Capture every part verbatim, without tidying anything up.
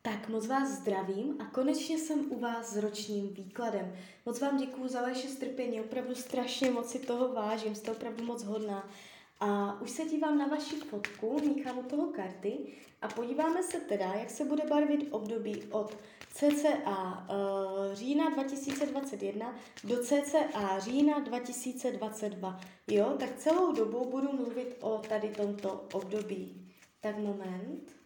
Tak moc vás zdravím a konečně jsem u vás s ročním výkladem. Moc vám děkuju za vaše strpení, opravdu strašně moc si toho vážím, jste opravdu moc hodná. A už se dívám na vaši fotku, míchám u toho karty a podíváme se teda, jak se bude barvit období od cca uh, října dva tisíce dvacet jedna do cca října dva tisíce dvacet dva. Jo, tak celou dobu budu mluvit o tady tomto období. Tak moment.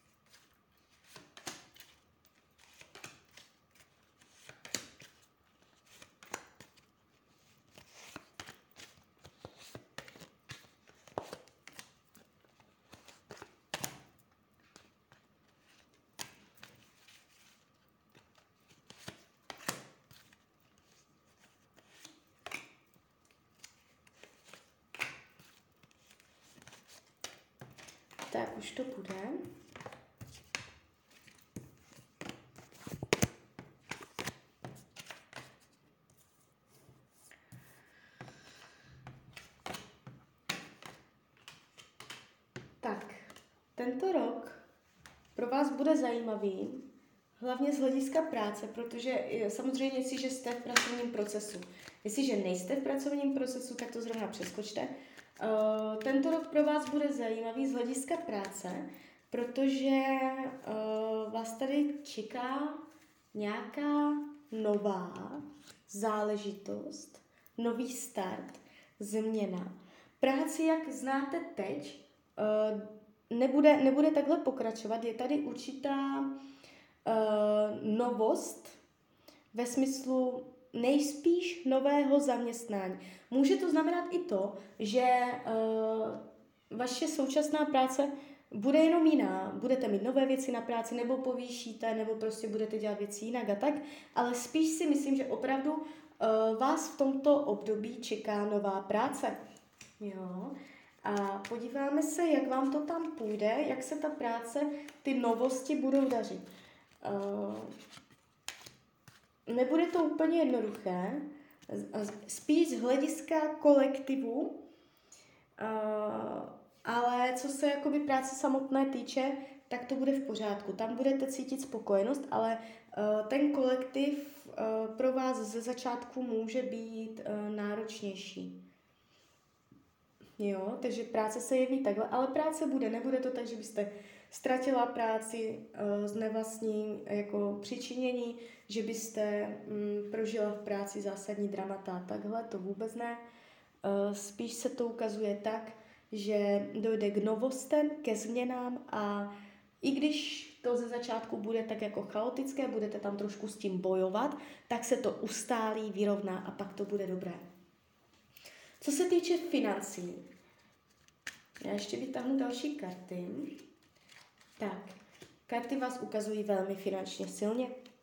Tak už to bude. Tak, tento rok pro vás bude zajímavý, hlavně z hlediska práce, protože samozřejmě, jestliže jste v pracovním procesu. Jestliže nejste v pracovním procesu, tak to zrovna přeskočte. Uh, tento rok pro vás bude zajímavý z hlediska práce, protože uh, vás tady čeká nějaká nová záležitost, nový start, změna. Práci, jak znáte teď, uh, nebude, nebude takhle pokračovat. Je tady určitá uh, novost ve smyslu nejspíš nového zaměstnání. Může to znamenat i to, že uh, vaše současná práce bude jenom jiná. Budete mít nové věci na práci, nebo povýšíte, nebo prostě budete dělat věci jinak a tak, ale spíš si myslím, že opravdu uh, vás v tomto období čeká nová práce. Jo. A podíváme se, jak vám to tam půjde, jak se ta práce, ty novosti budou dařit. Uh, Nebude to úplně jednoduché, spíš z hlediska kolektivu, ale co se jakoby práce samotné týče, tak to bude v pořádku. Tam budete cítit spokojenost, ale ten kolektiv pro vás ze začátku může být náročnější. Jo, takže práce se jeví takhle, ale práce bude, nebude to tak, že byste ztratila práci uh, z nevlastní jako přičinění, že byste um, prožila v práci zásadní dramata. Takhle to vůbec ne. Uh, spíš se to ukazuje tak, že dojde k novostem, ke změnám a i když to ze začátku bude tak jako chaotické, budete tam trošku s tím bojovat, tak se to ustálí, vyrovná a pak to bude dobré. Co se týče financí, já ještě vytáhnu další karty. Tak, karty vás ukazují velmi finančně silně.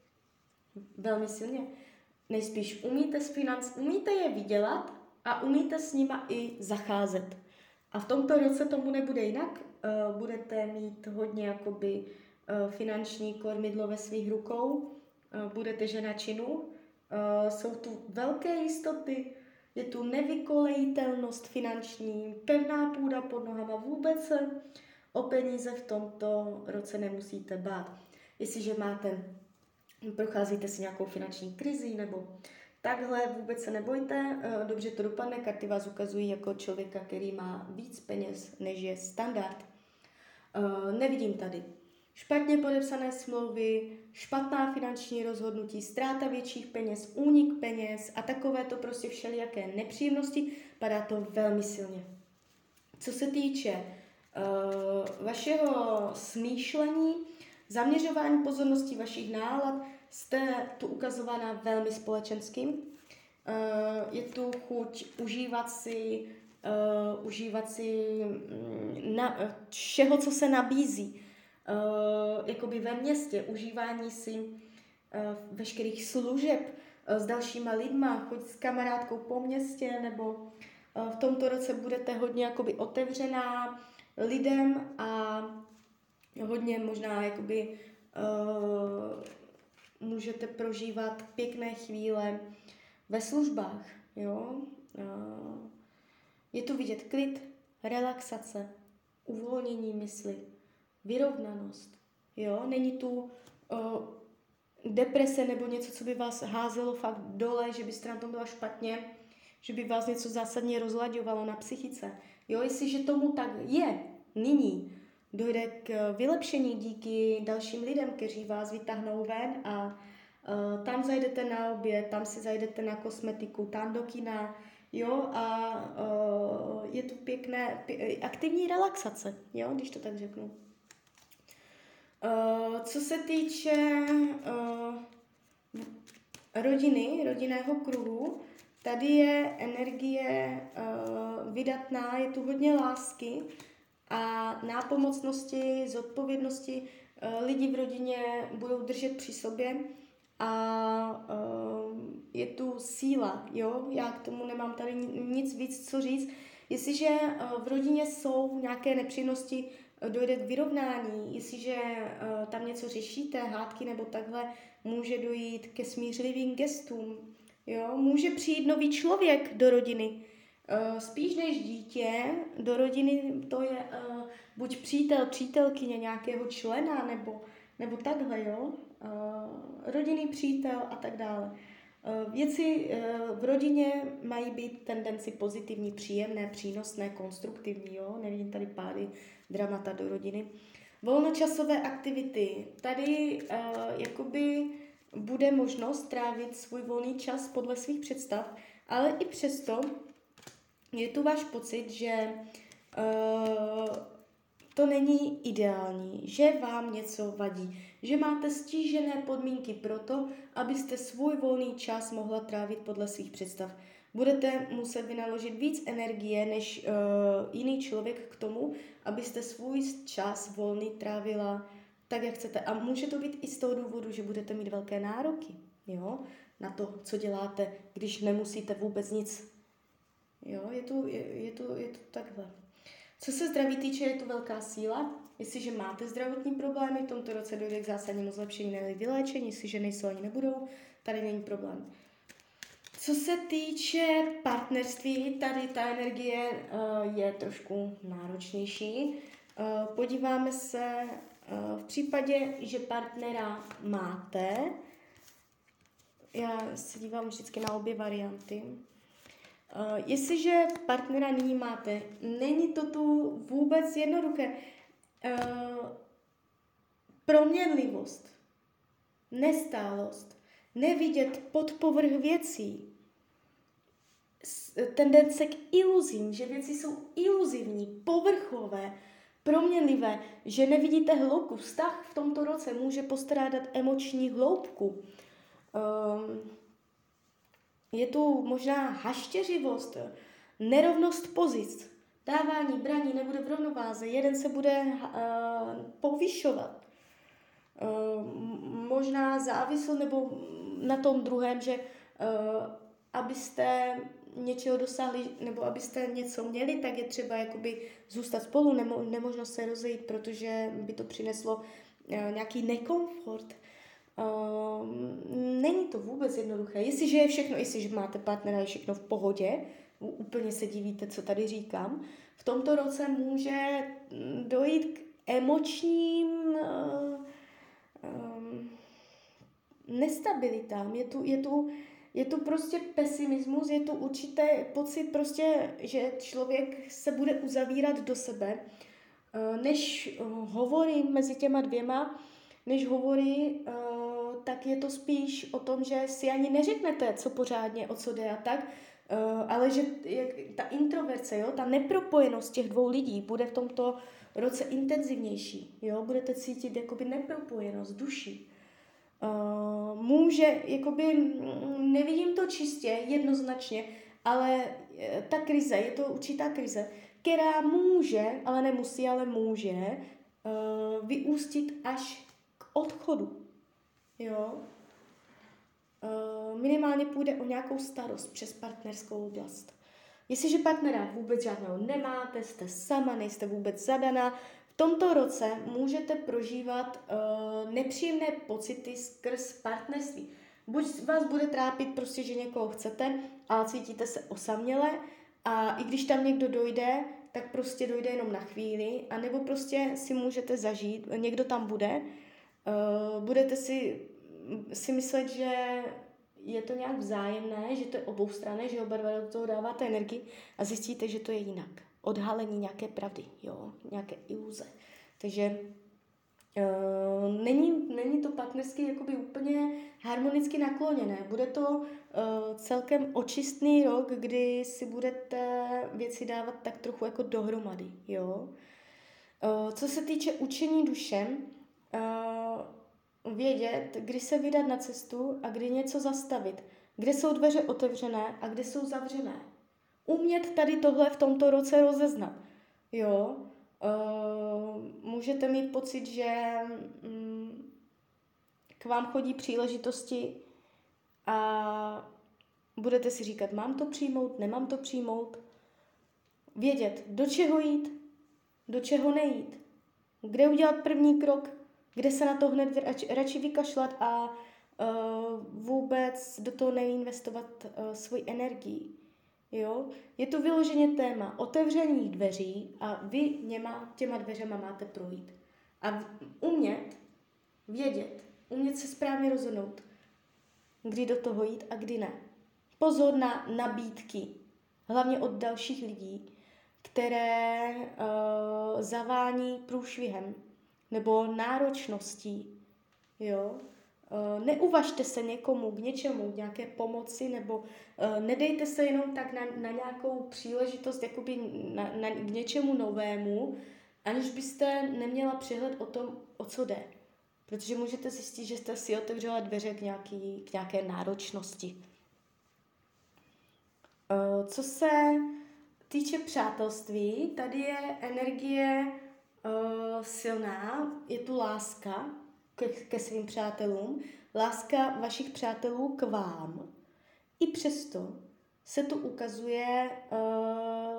Velmi silně. Nejspíš umíte s financ, umíte je vydělat a umíte s nima i zacházet. A v tomto roce tomu nebude jinak. Uh, budete mít hodně jakoby uh, finanční kormidlo ve svých rukou. Uh, budete žena činu. Uh, jsou tu velké jistoty. Je tu nevykolejitelnost finanční, pevná půda pod nohama, vůbec se o peníze v tomto roce nemusíte bát. Jestliže máte, procházíte si nějakou finanční krizi nebo takhle, vůbec se nebojte, dobře to dopadne, karty vás ukazují jako člověka, který má víc peněz, než je standard. Nevidím tady špatně podepsané smlouvy, špatná finanční rozhodnutí, ztráta větších peněz, únik peněz a takové to prostě všelijaké nepříjemnosti, padá to velmi silně. Co se týče uh, vašeho smýšlení, zaměřování pozornosti vašich nálad, jste tu ukazovaná velmi společenským. Uh, je tu chuť užívat si, uh, užívat si na, uh, všeho, co se nabízí. Uh, jakoby ve městě, užívání si uh, veškerých služeb uh, s dalšíma lidma, choď s kamarádkou po městě, nebo uh, v tomto roce budete hodně jakoby otevřená lidem a hodně možná jakoby uh, můžete prožívat pěkné chvíle ve službách, jo. Uh, je tu vidět klid, relaxace, uvolnění mysli, vyrovnanost, Jo, není tu uh, deprese nebo něco, co by vás házelo fakt dole, že byste na tom byla špatně, že by vás něco zásadně rozlaďovalo na psychice. Jo, jestliže tomu tak je nyní, dojde k vylepšení díky dalším lidem, kteří vás vytáhnou ven a uh, tam zajdete na oběd, tam si zajdete na kosmetiku, tam do kina, jo, a uh, je tu pěkné, pě- aktivní relaxace, jo, když to tak řeknu. Uh, co se týče uh, rodiny, rodinného kruhu, tady je energie uh, vydatná, je tu hodně lásky a nápomocnosti, zodpovědnosti. Uh, lidi v rodině budou držet při sobě a uh, je tu síla, jo? Já k tomu nemám tady nic víc co říct. Jestliže uh, v rodině jsou nějaké nepříjemnosti, dojde k vyrovnání, jestliže uh, tam něco řešíte, hádky nebo takhle, může dojít ke smířlivým gestům. Jo? Může přijít nový člověk do rodiny. Uh, spíš než dítě do rodiny to je uh, buď přítel, přítelkyně nějakého člena nebo, nebo takhle, jo? Uh, rodinný přítel a tak dále. Uh, věci uh, v rodině mají být tendenci pozitivní, příjemné, přínosné, konstruktivní, jo? Nevidím tady pády, dramata do rodiny. Volnočasové aktivity. Tady uh, jakoby bude možnost trávit svůj volný čas podle svých představ, ale i přesto je tu váš pocit, že uh, to není ideální, že vám něco vadí, že máte stížené podmínky pro to, abyste svůj volný čas mohla trávit podle svých představ. Budete muset vynaložit víc energie než uh, jiný člověk k tomu, abyste svůj čas volný trávila tak, jak chcete. A může to být i z toho důvodu, že budete mít velké nároky, jo, na to, co děláte, když nemusíte vůbec nic. Jo, je to, je, je to, je to takhle. Co se zdraví týče, je to velká síla. Jestliže máte zdravotní problémy, v tomto roce dojde k zásadnímu zlepšení nebo vyléčení, jestliže nejsou ani nebudou, tady není problém. Co se týče partnerství, tady ta energie uh, je trošku náročnější. Uh, podíváme se uh, v případě, že partnera máte. Já se dívám vždycky na obě varianty. Uh, jestliže partnera nyní máte, není to tu vůbec jednoduché. Uh, proměnlivost, nestálost, nevidět pod povrch věcí, tendence k iluzím, že věci jsou iluzivní, povrchové, proměnlivé, že nevidíte hloubku. Vztah v tomto roce může postrádat emoční hloubku. Um, je tu možná haštěřivost, nerovnost pozic, dávání, braní nebude v rovnováze, jeden se bude uh, povyšovat. Uh, možná závisl nebo na tom druhém, že uh, abyste něčeho dosáhli, nebo abyste něco měli, tak je třeba jakoby zůstat spolu, nemo, nemožno se rozejít, protože by to přineslo uh, nějaký nekomfort. Uh, není to vůbec jednoduché. Jestliže je všechno, jestliže máte partnera, je všechno v pohodě, úplně se divíte, co tady říkám, v tomto roce může dojít k emočním uh, um, nestabilitám. Je tu, je tu Je tu prostě pesimismus, je tu určitý pocit prostě, že člověk se bude uzavírat do sebe, než hovorí mezi těma dvěma, než hovorí, tak je to spíš o tom, že si ani neřeknete, co pořádně, o co jde a tak, ale že ta introverce, jo, ta nepropojenost těch dvou lidí bude v tomto roce intenzivnější, jo, budete cítit jakoby nepropojenost duší. Uh, může, jakoby, nevidím to čistě, jednoznačně, ale ta krize, je to určitá krize, která může, ale nemusí, ale může uh, vyústit až k odchodu. Jo? Uh, minimálně půjde o nějakou starost přes partnerskou oblast. Jestliže partnera vůbec žádného nemáte, jste sama, nejste vůbec zadaná, v tomto roce můžete prožívat uh, nepříjemné pocity skrz partnerství. Buď vás bude trápit prostě, že někoho chcete a cítíte se osaměle a i když tam někdo dojde, tak prostě dojde jenom na chvíli, anebo prostě si můžete zažít, někdo tam bude Uh, budete si, si myslet, že je to nějak vzájemné, že to je oboustranné, že oba dva do toho dáváte energii a zjistíte, že to je jinak. Odhalení nějaké pravdy, jo, nějaké iluze. Takže uh, není, není to partnersky jakoby úplně harmonicky nakloněné. Bude to uh, celkem očistný rok, kdy si budete věci dávat tak trochu jako dohromady, jo. Uh, co se týče učení duše, uh, vědět, kdy se vydat na cestu a kdy něco zastavit. Kde jsou dveře otevřené a kde jsou zavřené. Umět tady tohle v tomto roce rozeznat. Jo, uh, můžete mít pocit, že um, k vám chodí příležitosti a budete si říkat, mám to přijmout, nemám to přijmout. Vědět, do čeho jít, do čeho nejít. Kde udělat první krok, kde se na to hned radši, radši vykašlat a uh, vůbec do toho neinvestovat uh, svoji energii. Jo? Je to vyloženě téma otevřených dveří a vy něma, těma dveřema máte projít. A umět, vědět, umět se správně rozhodnout, kdy do toho jít a kdy ne. Pozor na nabídky, hlavně od dalších lidí, které uh, zavání průšvihem nebo náročností. Jo? Uh, neuvažte se někomu k něčemu, k nějaké pomoci, nebo uh, nedejte se jenom tak na, na nějakou příležitost jakoby na, na, k něčemu novému, aniž byste neměla přehled o tom, o co jde. Protože můžete zjistit, že jste si otevřela dveře k, nějaký, k nějaké náročnosti. Uh, co se týče přátelství, tady je energie uh, silná, je tu láska ke, ke svým přátelům, láska vašich přátelů k vám. I přesto se tu ukazuje uh,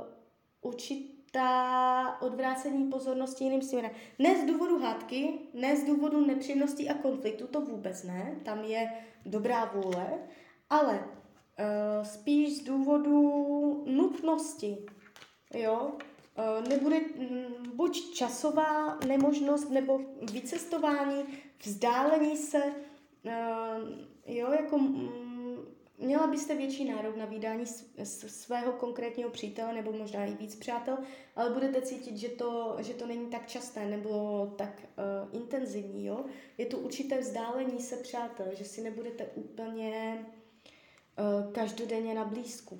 určitá odvrácení pozornosti jiným směrem. Ne z důvodu hádky, ne z důvodu nepříjemností a konfliktu, to vůbec ne, tam je dobrá vůle, ale uh, spíš z důvodu nutnosti, jo, uh, nebude m, buď časová nemožnost, nebo vycestování, vzdálení se, uh, jo, jako m, měla byste větší nárok na vydání svého konkrétního přítele, nebo možná i víc přátel, ale budete cítit, že to, že to není tak časté, nebo tak uh, intenzivní, jo. Je tu určité vzdálení se přátel, že si nebudete úplně uh, každodenně na blízku.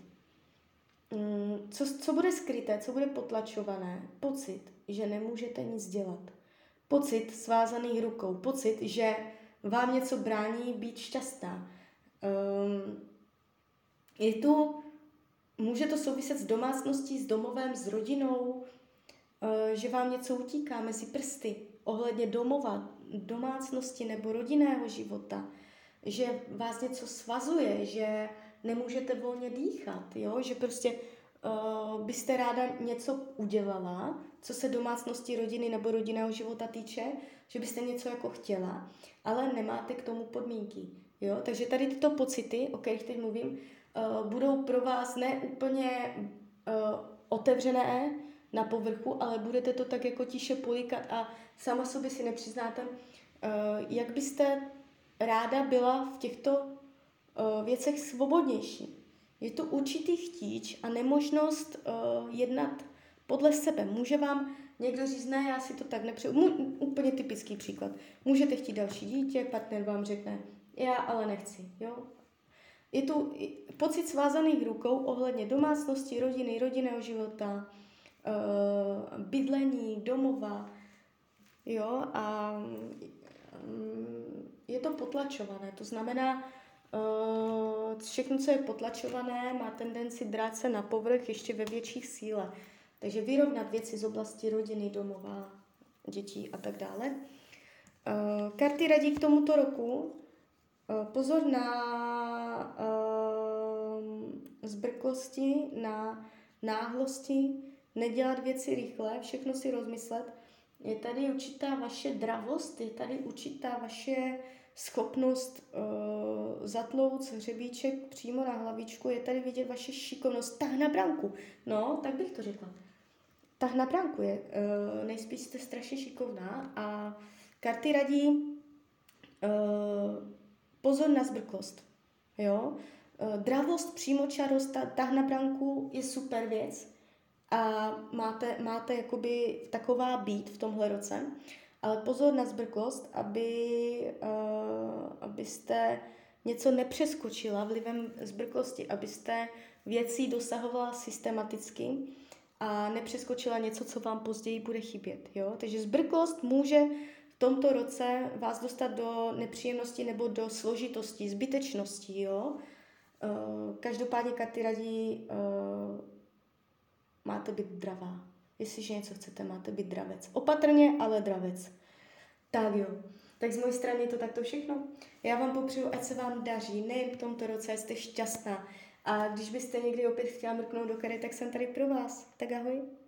Um, co, co bude skryté, co bude potlačované? Pocit, že nemůžete nic dělat. Pocit svázaných rukou. Pocit, že vám něco brání být šťastná. Um, je tu, může to souviset s domácností, s domovem, s rodinou, uh, že vám něco utíká mezi prsty ohledně domova, domácnosti nebo rodinného života, že vás něco svazuje, že nemůžete volně dýchat, jo? Že prostě uh, byste ráda něco udělala, co se domácnosti, rodiny nebo rodinného života týče, že byste něco jako chtěla, ale nemáte k tomu podmínky. Jo? Takže tady tyto pocity, o kterých teď mluvím, uh, budou pro vás ne úplně uh, otevřené na povrchu, ale budete to tak jako tiše polikat a sama sobě si nepřiznáte, uh, jak byste ráda byla v těchto uh, věcech svobodnější. Je to určitý chtíč a nemožnost uh, jednat podle sebe. Může vám někdo říct, ne, já si to tak nepřeju. Mů, úplně typický příklad. Můžete chtít další dítě, partner vám řekne, já ale nechci. Jo? Je tu pocit svázaných rukou ohledně domácnosti, rodiny, rodinného života, uh, bydlení, domova. Jo? A um, je to potlačované. To znamená, uh, všechno, co je potlačované, má tendenci drát se na povrch ještě ve větších síle. Takže vyrovnat věci z oblasti rodiny, domova, dětí a tak dále. Uh, karty radí k tomuto roku. Uh, pozor na uh, zbrklosti, na náhlosti, nedělat věci rychle, všechno si rozmyslet. Je tady určitá vaše dravost, je tady určitá vaše schopnost uh, zatlouct hřebíček přímo na hlavičku, je tady vidět vaše šikovnost, tah na branku. No, tak bych to řekla. Tah na branku je, uh, nejspíš jste strašně šikovná a karty radí pozor na zbrklost. Jo? Dravost, přímočarost, ta, tah na branku je super věc a máte, máte jakoby taková být v tomhle roce, ale pozor na zbrklost, aby, uh, abyste něco nepřeskočila vlivem zbrklosti, abyste věcí dosahovala systematicky a nepřeskočila něco, co vám později bude chybět. Jo? Takže zbrklost může v tomto roce vás dostat do nepříjemnosti nebo do složitosti, zbytečnosti. Jo? Uh, každopádně karty radí, uh, máte být dravá. Jestliže něco chcete, máte být dravec. Opatrně, ale dravec. Tak jo. Tak z mojej strany je to takto všechno. Já vám popřeju, ať se vám daří, nejen v tomto roce, ať jste šťastná. A když byste někdy opět chtěla mrknout do karet, tak jsem tady pro vás. Tak ahoj.